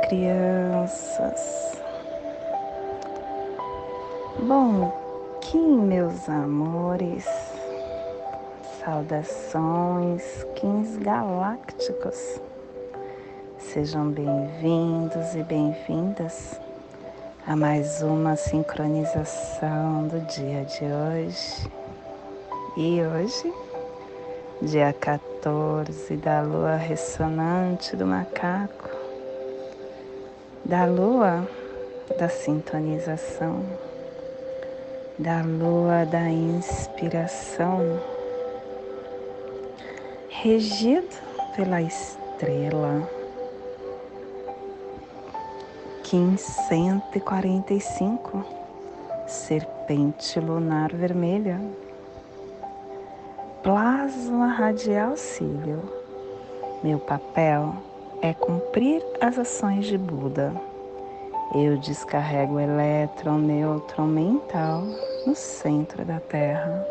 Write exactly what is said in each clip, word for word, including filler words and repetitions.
crianças. Bom, Kim, meus amores, saudações, Kins galácticos. Sejam bem-vindos e bem-vindas a mais uma sincronização do dia de hoje. E hoje, dia quatorze da lua ressonante do macaco, da lua da sintonização, da lua da inspiração, regido pela estrela Kim cento e quarenta e cinco, serpente lunar vermelha, plasma radial cílio. Meu papel é cumprir as ações de Buda. Eu descarrego o elétron nêutron mental no centro da Terra.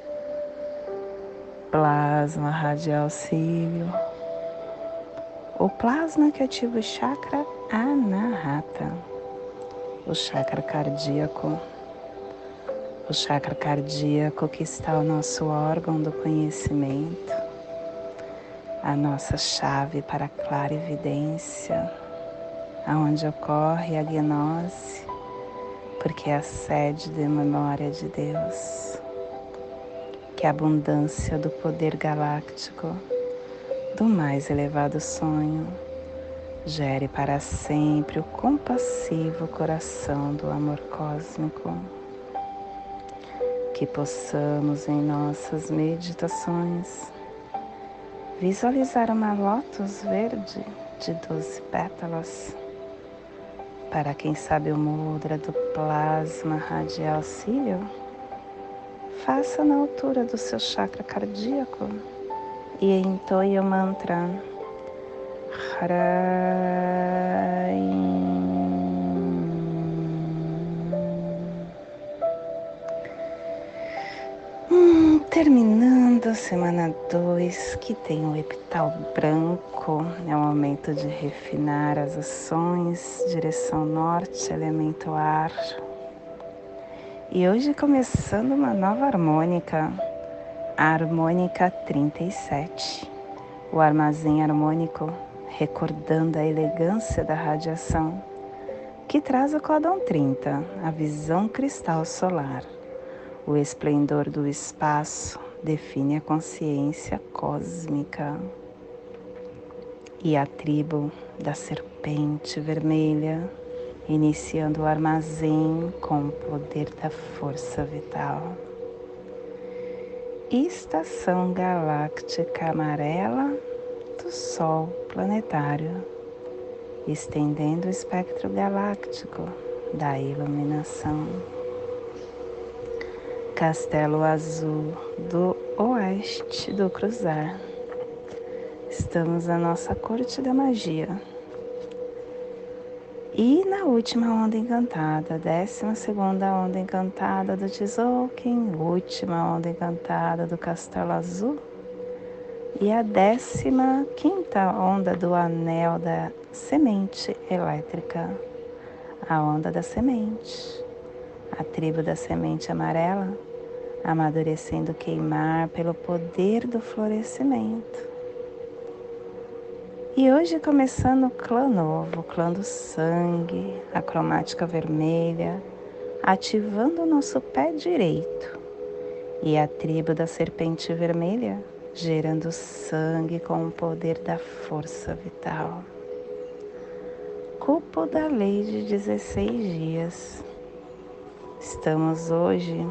Plasma radial cílio. O plasma que ativa o chakra Anahata, o chakra cardíaco. O chakra cardíaco que está o nosso órgão do conhecimento, a nossa chave para a clarividência, aonde ocorre a gnose, porque é a sede da memória de Deus. Que a abundância do poder galáctico, do mais elevado sonho, gere para sempre o compassivo coração do amor cósmico. Que possamos em nossas meditações visualizar uma lótus verde de doze pétalas. Para quem sabe o mudra do plasma radial cílio, faça na altura do seu chakra cardíaco e entoie o mantra Haraim. Hum, terminando a semana dois, que tem o epital branco, é o momento de refinar as ações, direção norte, elemento ar. E hoje começando uma nova harmônica, a harmônica trinta e sete, o armazém harmônico, recordando a elegância da radiação, que traz o códon trinta, a visão cristal solar. O esplendor do espaço define a consciência cósmica. E a tribo da serpente vermelha, iniciando o armazém com o poder da força vital. Estação galáctica amarela do Sol planetário, estendendo o espectro galáctico da iluminação. Castelo azul do oeste do cruzar. Estamos na nossa corte da magia. E na última onda encantada, décima segunda onda encantada do Tzolk'in, última onda encantada do Castelo Azul e a décima quinta onda do Anel da Semente Elétrica, a onda da semente, a tribo da semente amarela, amadurecendo queimar pelo poder do florescimento. E hoje começando o clã novo, o clã do sangue, a cromática vermelha, ativando o nosso pé direito. E a tribo da serpente vermelha, gerando sangue com o poder da força vital. Cupo da lei de dezesseis dias. Estamos hoje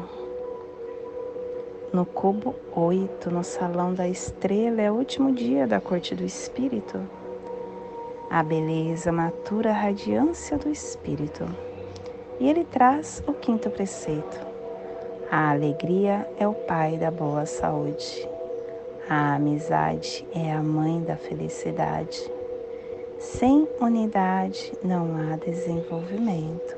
no cubo oito, no salão da estrela, é o último dia da corte do espírito. A beleza matura a radiância do espírito. E ele traz o quinto preceito. A alegria é o pai da boa saúde. A amizade é a mãe da felicidade. Sem unidade não há desenvolvimento.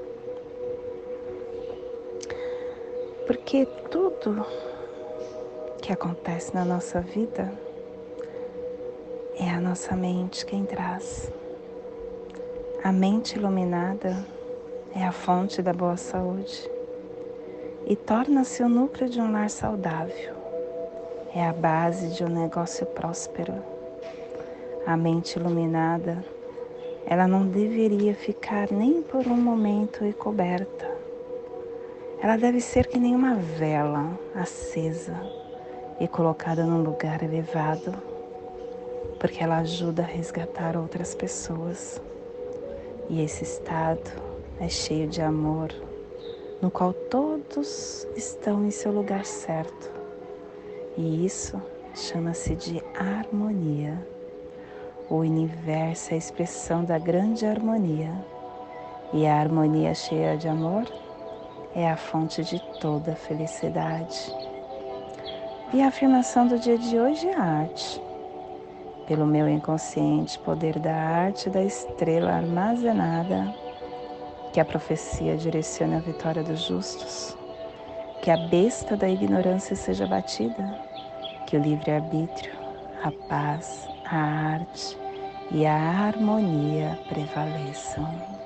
Porque tudo que acontece na nossa vida é a nossa mente quem traz. A mente iluminada é a fonte da boa saúde e torna-se o núcleo de um lar saudável. É a base de um negócio próspero. A mente iluminada, ela não deveria ficar nem por um momento encoberta. Ela deve ser que nem uma vela acesa e colocada num lugar elevado, porque ela ajuda a resgatar outras pessoas. E esse estado é cheio de amor, no qual todos estão em seu lugar certo. E isso chama-se de harmonia. O universo é a expressão da grande harmonia. E a harmonia cheia de amor é a fonte de toda a felicidade. E a afirmação do dia de hoje é a arte. Pelo meu inconsciente poder da arte da estrela armazenada, que a profecia direcione a vitória dos justos, que a besta da ignorância seja batida, que o livre-arbítrio, a paz, a arte e a harmonia prevaleçam.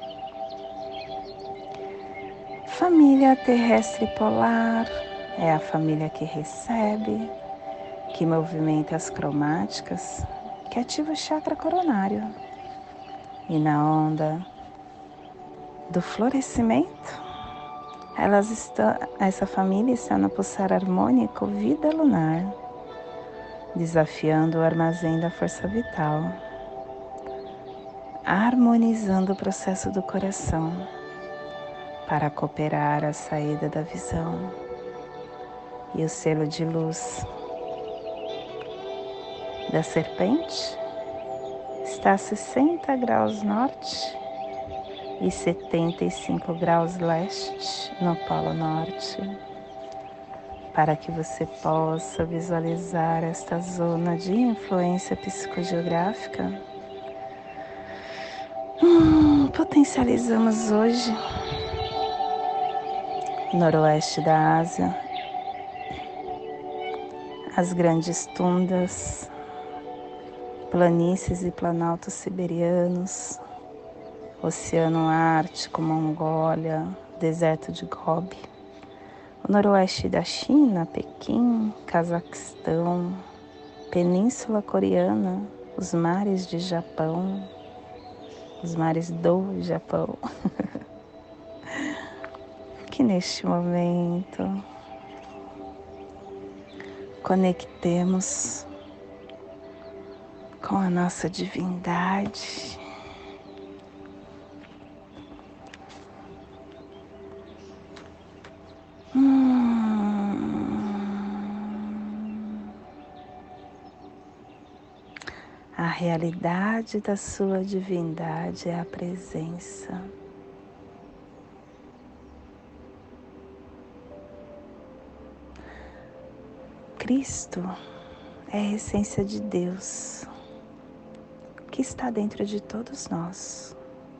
Família terrestre polar é a família que recebe, que movimenta as cromáticas, que ativa o chakra coronário. E na onda do florescimento, elas estão, essa família está no pulsar harmônico vida lunar, desafiando o armazém da força vital, harmonizando o processo do coração para cooperar a saída da visão. E o selo de luz da serpente está a sessenta graus norte e setenta e cinco graus leste no Polo Norte, para que você possa visualizar esta zona de influência psicogeográfica. Hum, potencializamos hoje noroeste da Ásia, as grandes tundas, planícies e planaltos siberianos, Oceano Ártico, Mongólia, deserto de Gobi, o noroeste da China, Pequim, Cazaquistão, Península Coreana, os mares de Japão, os mares do Japão. Que neste momento conectemos com a nossa divindade, a realidade da sua divindade é a presença. Cristo é a essência de Deus que está dentro de todos nós,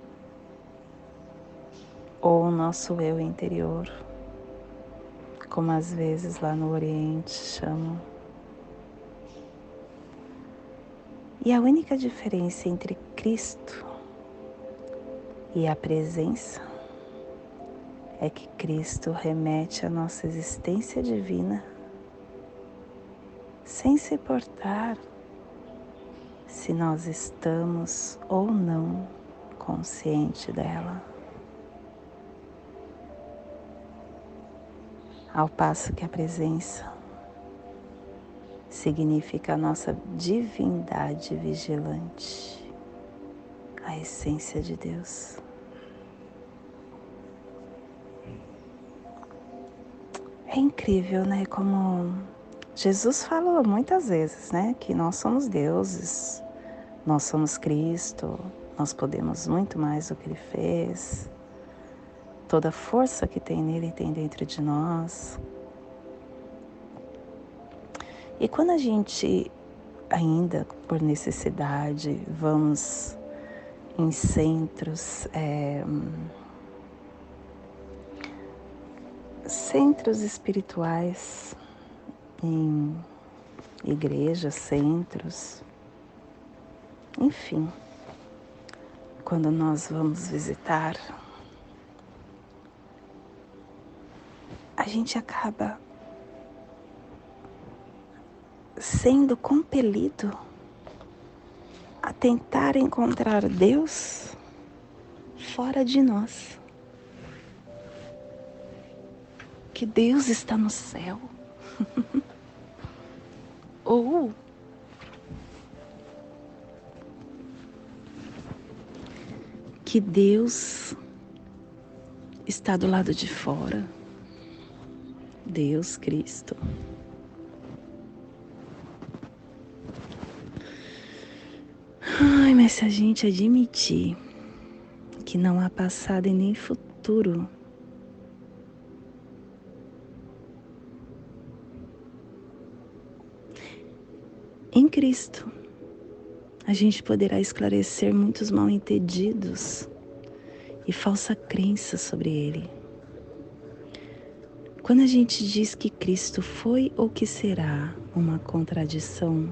ou o nosso eu interior, como às vezes lá no Oriente chamam. E a única diferença entre Cristo e a presença é que Cristo remete à nossa existência divina sem se importar se nós estamos ou não consciente dela. Ao passo que a presença significa a nossa divindade vigilante, a essência de Deus. É incrível, né? Como Jesus falou muitas vezes, né? Que nós somos deuses, nós somos Cristo, nós podemos muito mais do que Ele fez. Toda a força que tem nele tem dentro de nós. E quando a gente, ainda por necessidade, vamos em centros, é, centros espirituais, em igrejas, centros, enfim, quando nós vamos visitar, a gente acaba sendo compelido a tentar encontrar Deus fora de nós. Que Deus está no céu. Ou que Deus está do lado de fora. Deus, Cristo. Ai, mas se a gente admitir que não há passado e nem futuro, em Cristo, a gente poderá esclarecer muitos mal-entendidos e falsa crença sobre Ele. Quando a gente diz que Cristo foi ou que será uma contradição,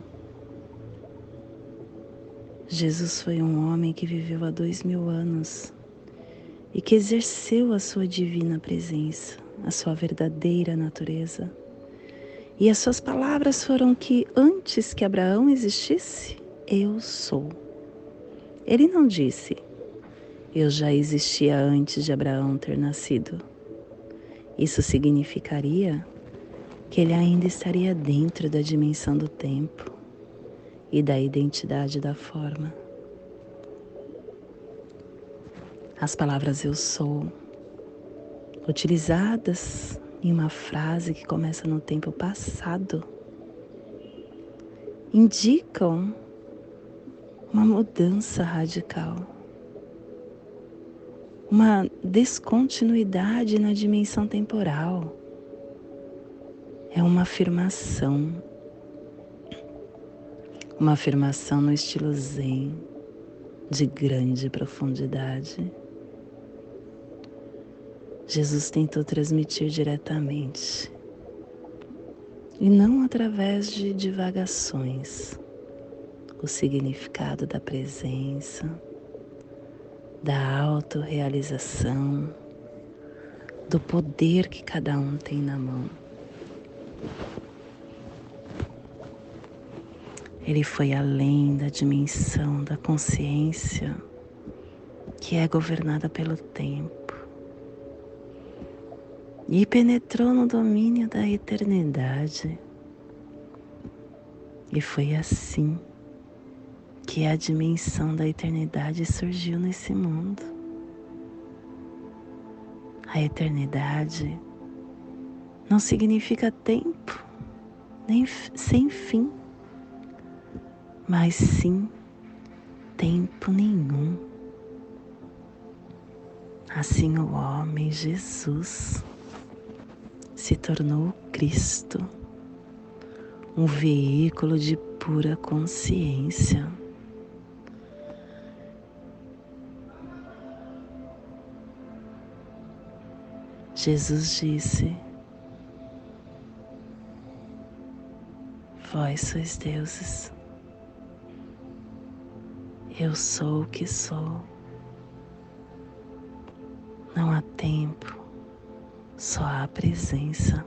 Jesus foi um homem que viveu há dois mil anos e que exerceu a sua divina presença, a sua verdadeira natureza. E as suas palavras foram que antes que Abraão existisse, eu sou. Ele não disse, eu já existia antes de Abraão ter nascido. Isso significaria que ele ainda estaria dentro da dimensão do tempo e da identidade da forma. As palavras eu sou, utilizadas em uma frase que começa no tempo passado, indicam uma mudança radical, uma descontinuidade na dimensão temporal. É uma afirmação, uma afirmação no estilo zen, de grande profundidade. Jesus tentou transmitir diretamente, e não através de divagações, o significado da presença, da autorrealização, do poder que cada um tem na mão. Ele foi além da dimensão da consciência que é governada pelo tempo e penetrou no domínio da eternidade. E foi assim que a dimensão da eternidade surgiu nesse mundo. A eternidade não significa tempo, nem sem fim, mas sim tempo nenhum. Assim o homem Jesus se tornou Cristo, um veículo de pura consciência. Jesus disse, vós sois deuses, eu sou o que sou. Não há tempo, só há presença.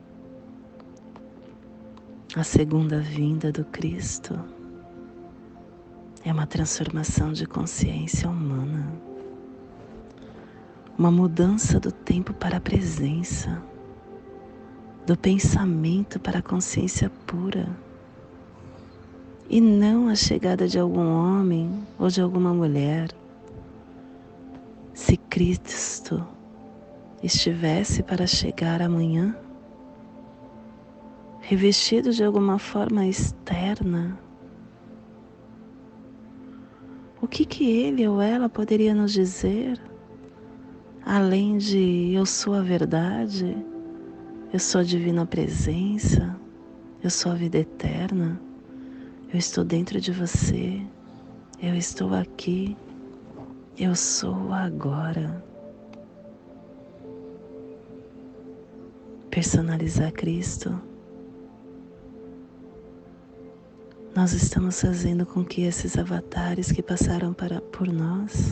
A segunda vinda do Cristo é uma transformação de consciência humana, uma mudança do tempo para a presença, do pensamento para a consciência pura, e não a chegada de algum homem ou de alguma mulher. Se Cristo estivesse para chegar amanhã, revestido de alguma forma externa, o que que ele ou ela poderia nos dizer? Além de eu sou a verdade, eu sou a divina presença, eu sou a vida eterna, eu estou dentro de você, eu estou aqui, eu sou agora. Personalizar Cristo nós estamos fazendo com que esses avatares que passaram para, por nós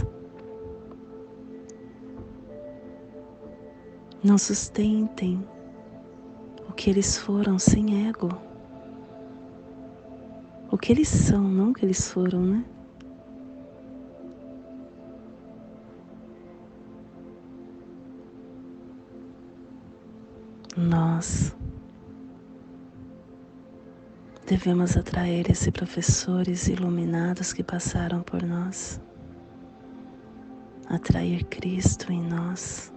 não sustentem o que eles foram sem ego. O que eles são, não o que eles foram, né? Nós devemos atrair esses professores iluminados que passaram por nós, atrair Cristo em nós,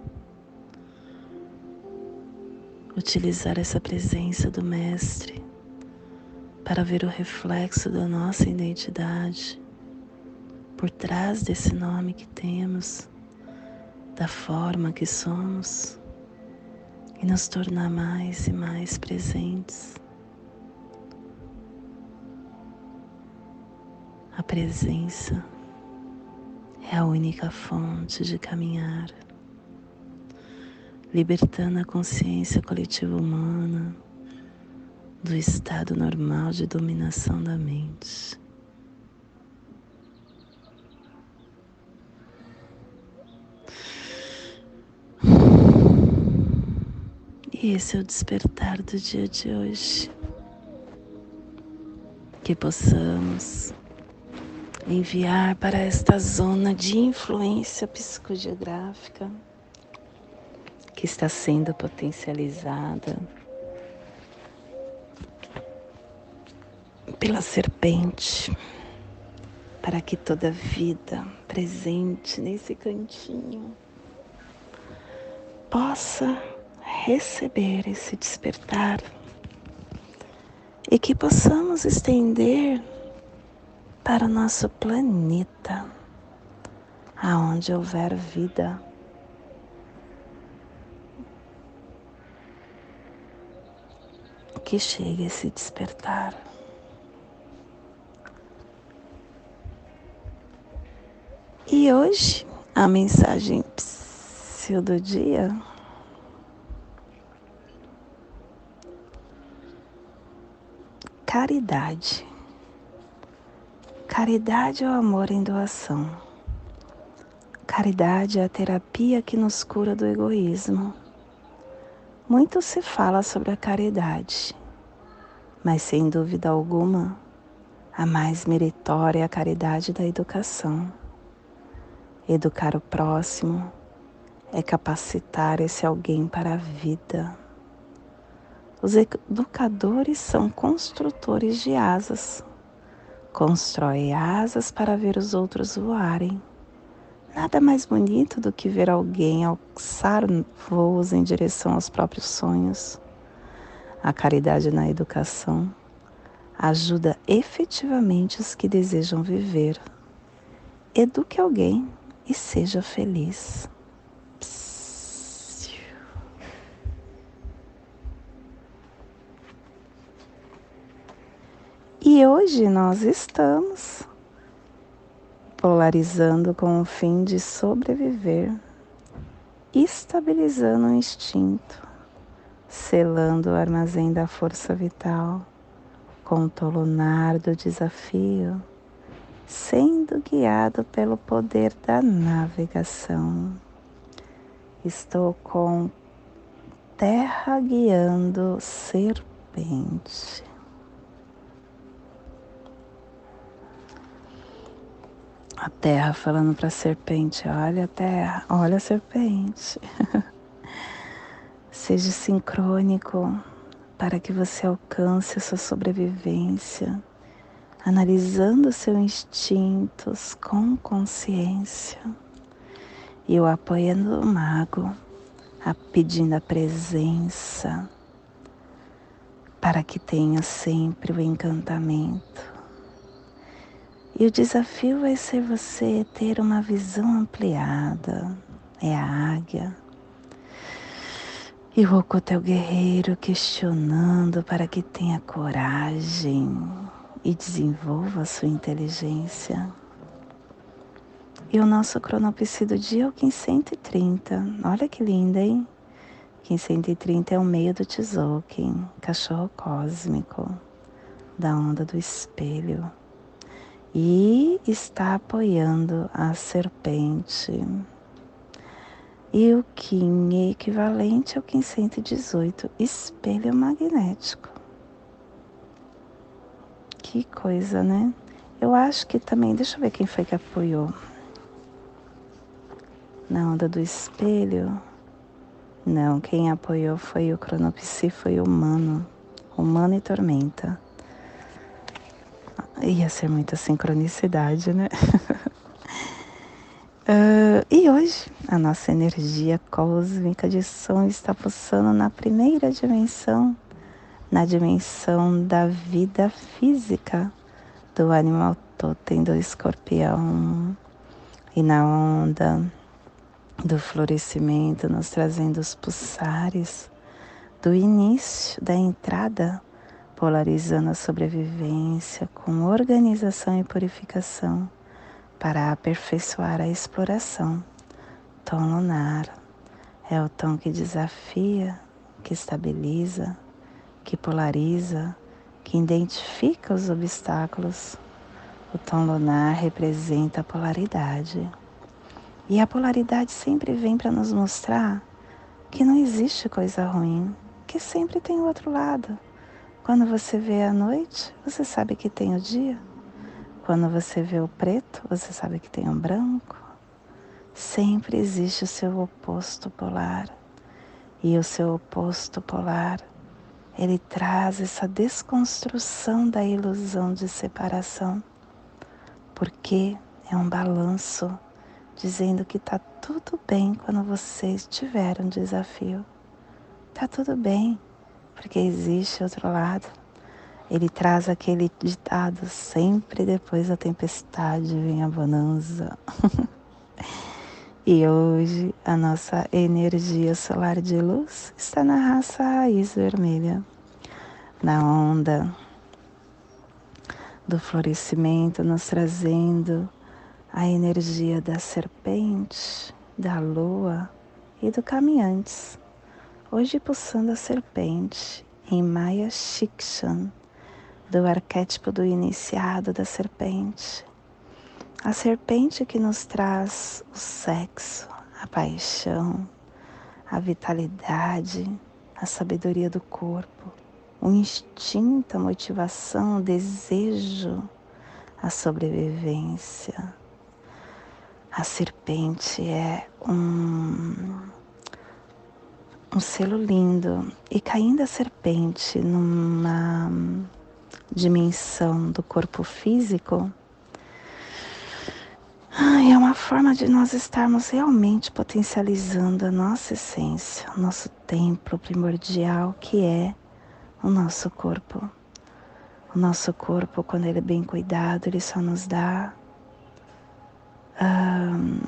utilizar essa presença do Mestre para ver o reflexo da nossa identidade por trás desse nome que temos, da forma que somos, e nos tornar mais e mais presentes. A presença é a única fonte de caminhar, libertando a consciência coletiva humana do estado normal de dominação da mente. E esse é o despertar do dia de hoje. Que possamos enviar para esta zona de influência psicogeográfica que está sendo potencializada pela serpente, para que toda vida presente nesse cantinho possa receber esse despertar e que possamos estender para o nosso planeta, aonde houver vida. Que chegue esse despertar. E hoje, a mensagem psiu do dia caridade. Caridade é o amor em doação. Caridade é a terapia que nos cura do egoísmo. Muito se fala sobre a caridade, mas sem dúvida alguma, a mais meritória é a caridade da educação. Educar o próximo é capacitar esse alguém para a vida. Os educadores são construtores de asas. Constrói asas para ver os outros voarem. Nada mais bonito do que ver alguém alçar voos em direção aos próprios sonhos. A caridade na educação ajuda efetivamente os que desejam viver. Eduque alguém e seja feliz. E hoje nós estamos polarizando com o fim de sobreviver, estabilizando o instinto, selando o armazém da força vital, com o tolunar do desafio, sendo guiado pelo poder da navegação. Estou com terra guiando serpente. A terra falando para a serpente, olha a terra, olha a serpente. Seja sincrônico para que você alcance a sua sobrevivência, analisando seus instintos com consciência. E o apoiando o mago, a pedindo a presença, para que tenha sempre o encantamento. E o desafio vai ser você ter uma visão ampliada. É a águia. E o Ocote é o guerreiro questionando para que tenha coragem e desenvolva a sua inteligência. E o nosso cronopsi do dia é o quinhentos e trinta. Olha que linda, hein? quinhentos e trinta é o meio do Tzolk'in, cachorro cósmico. da onda do espelho e está apoiando a serpente. E o Kim é equivalente ao Kim cento e dezoito, espelho magnético. Que coisa, né? Eu acho que também, deixa eu ver quem foi que apoiou. Na onda do espelho, não, quem apoiou foi o Cronopsi, foi o Humano, Humano e Tormenta. Ia ser muita sincronicidade, né? uh, e hoje, a nossa energia cósmica de som está pulsando na primeira dimensão, na dimensão da vida física do animal totem do escorpião, e na onda do florescimento, nos trazendo os pulsares do início, da entrada, polarizando a sobrevivência com organização e purificação para aperfeiçoar a exploração. Tom lunar é o tom que desafia, que estabiliza, que polariza, que identifica os obstáculos. O tom lunar representa a polaridade. E a polaridade sempre vem para nos mostrar que não existe coisa ruim, que sempre tem o outro lado. Quando você vê a noite, você sabe que tem o dia. Quando você vê o preto, você sabe que tem o branco. Sempre existe o seu oposto polar. E o seu oposto polar, ele traz essa desconstrução da ilusão de separação. Porque é um balanço dizendo que tá tudo bem quando você tiver um desafio. Tá tudo bem, porque existe outro lado. Ele traz aquele ditado, sempre depois da tempestade vem a bonança. E hoje a nossa energia solar de luz está na raça raiz vermelha, na onda do florescimento, nos trazendo a energia da serpente, da lua e do caminhantes. Hoje pulsando a serpente em Maya Shikshan, do arquétipo do iniciado da serpente. A serpente que nos traz o sexo, a paixão, a vitalidade, a sabedoria do corpo, o instinto, a motivação, o desejo, a sobrevivência. A serpente é um, um selo lindo. E caindo a serpente numa dimensão do corpo físico, é uma forma de nós estarmos realmente potencializando a nossa essência, o nosso templo primordial, que é o nosso corpo. O nosso corpo, quando ele é bem cuidado, ele só nos dá... Um,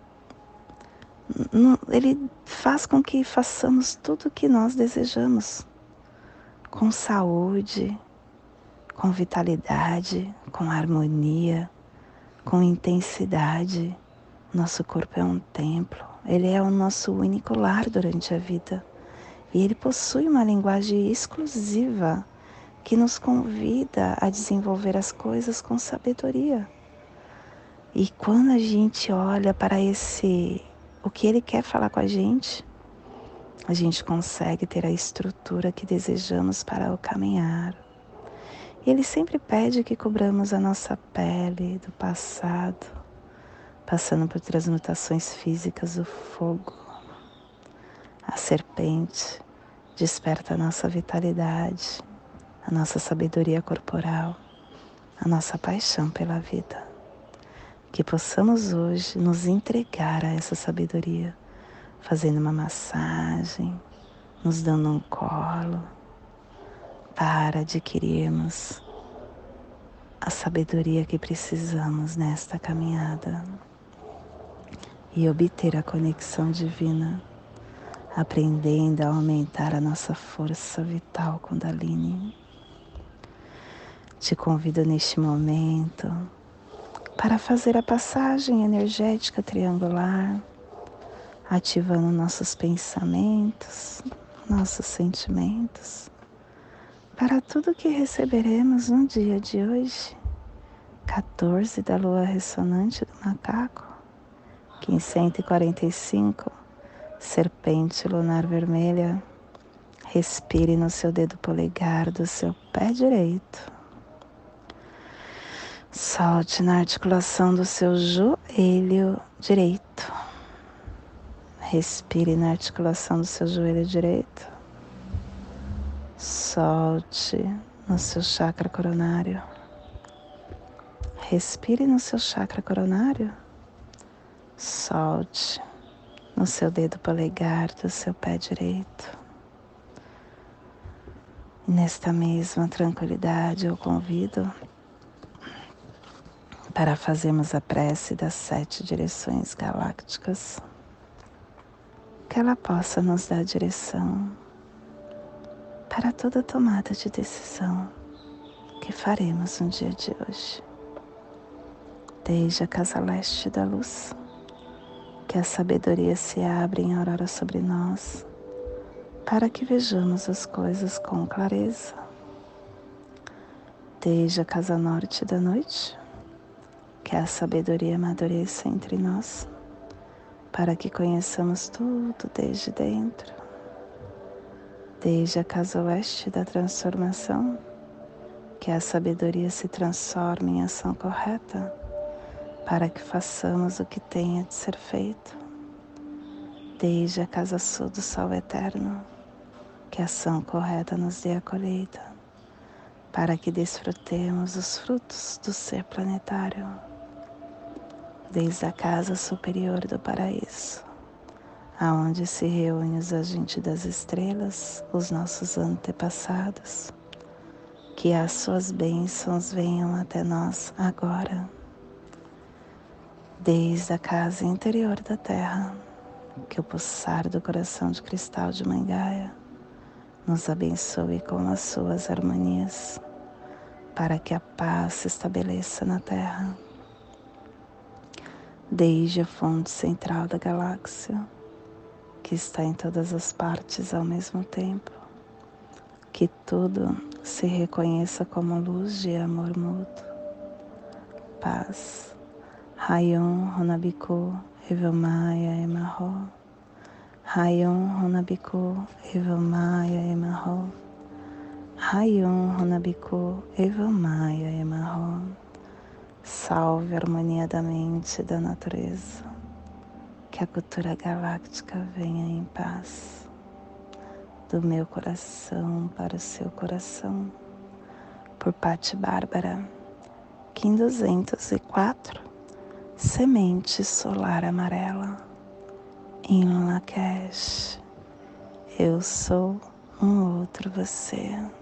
ele faz com que façamos tudo o que nós desejamos, com saúde, com vitalidade, com harmonia, com intensidade. Nosso corpo é um templo, ele é o nosso único lar durante a vida. E ele possui uma linguagem exclusiva que nos convida a desenvolver as coisas com sabedoria. E quando a gente olha para esse, o que ele quer falar com a gente, a gente consegue ter a estrutura que desejamos para o caminhar. E ele sempre pede que cobramos a nossa pele do passado, passando por transmutações físicas do fogo. A serpente desperta a nossa vitalidade, a nossa sabedoria corporal, a nossa paixão pela vida. Que possamos hoje nos entregar a essa sabedoria, fazendo uma massagem, nos dando um colo, para adquirirmos a sabedoria que precisamos nesta caminhada e obter a conexão divina, aprendendo a aumentar a nossa força vital Kundalini. Te convido neste momento para fazer a passagem energética triangular, ativando nossos pensamentos, nossos sentimentos, para tudo que receberemos no dia de hoje. quatorze da lua ressonante do macaco, quinhentos e quarenta e cinco, serpente lunar vermelha. Respire no seu dedo polegar do seu pé direito. Solte na articulação do seu joelho direito. Respire na articulação do seu joelho direito. Solte no seu chakra coronário. Respire no seu chakra coronário. Solte no seu dedo polegar do seu pé direito. Nesta mesma tranquilidade, eu convido para fazermos a prece das sete direções galácticas, que ela possa nos dar direção para toda tomada de decisão que faremos no dia de hoje. Desde a casa leste da luz, que a sabedoria se abra em aurora sobre nós, para que vejamos as coisas com clareza. Desde a casa norte da noite, que a sabedoria amadureça entre nós, para que conheçamos tudo desde dentro. Desde a casa oeste da transformação, que a sabedoria se transforme em ação correta, para que façamos o que tenha de ser feito. Desde a casa sul do sol eterno, que a ação correta nos dê a colheita, para que desfrutemos os frutos do ser planetário. Desde a casa superior do paraíso, aonde se reúnem os agentes das estrelas, os nossos antepassados, que as suas bênçãos venham até nós agora. Desde a casa interior da terra, que o pulsar do coração de cristal de Mãe Gaia nos abençoe com as suas harmonias, para que a paz se estabeleça na terra. Desde a fonte central da galáxia, que está em todas as partes ao mesmo tempo, que tudo se reconheça como luz de amor mútuo. Paz. Rayon Runabiku Evamaya Emarro. Rayon Runabiku Evamaya Emarro. Rayon Runabiku Evamaya Emarro. Salve a harmonia da mente e da natureza. Que a cultura galáctica venha em paz. Do meu coração para o seu coração. Por Patti Bárbara. Kim duzentos e quatro. Semente solar amarela. Em Lakesh. Eu sou um outro você.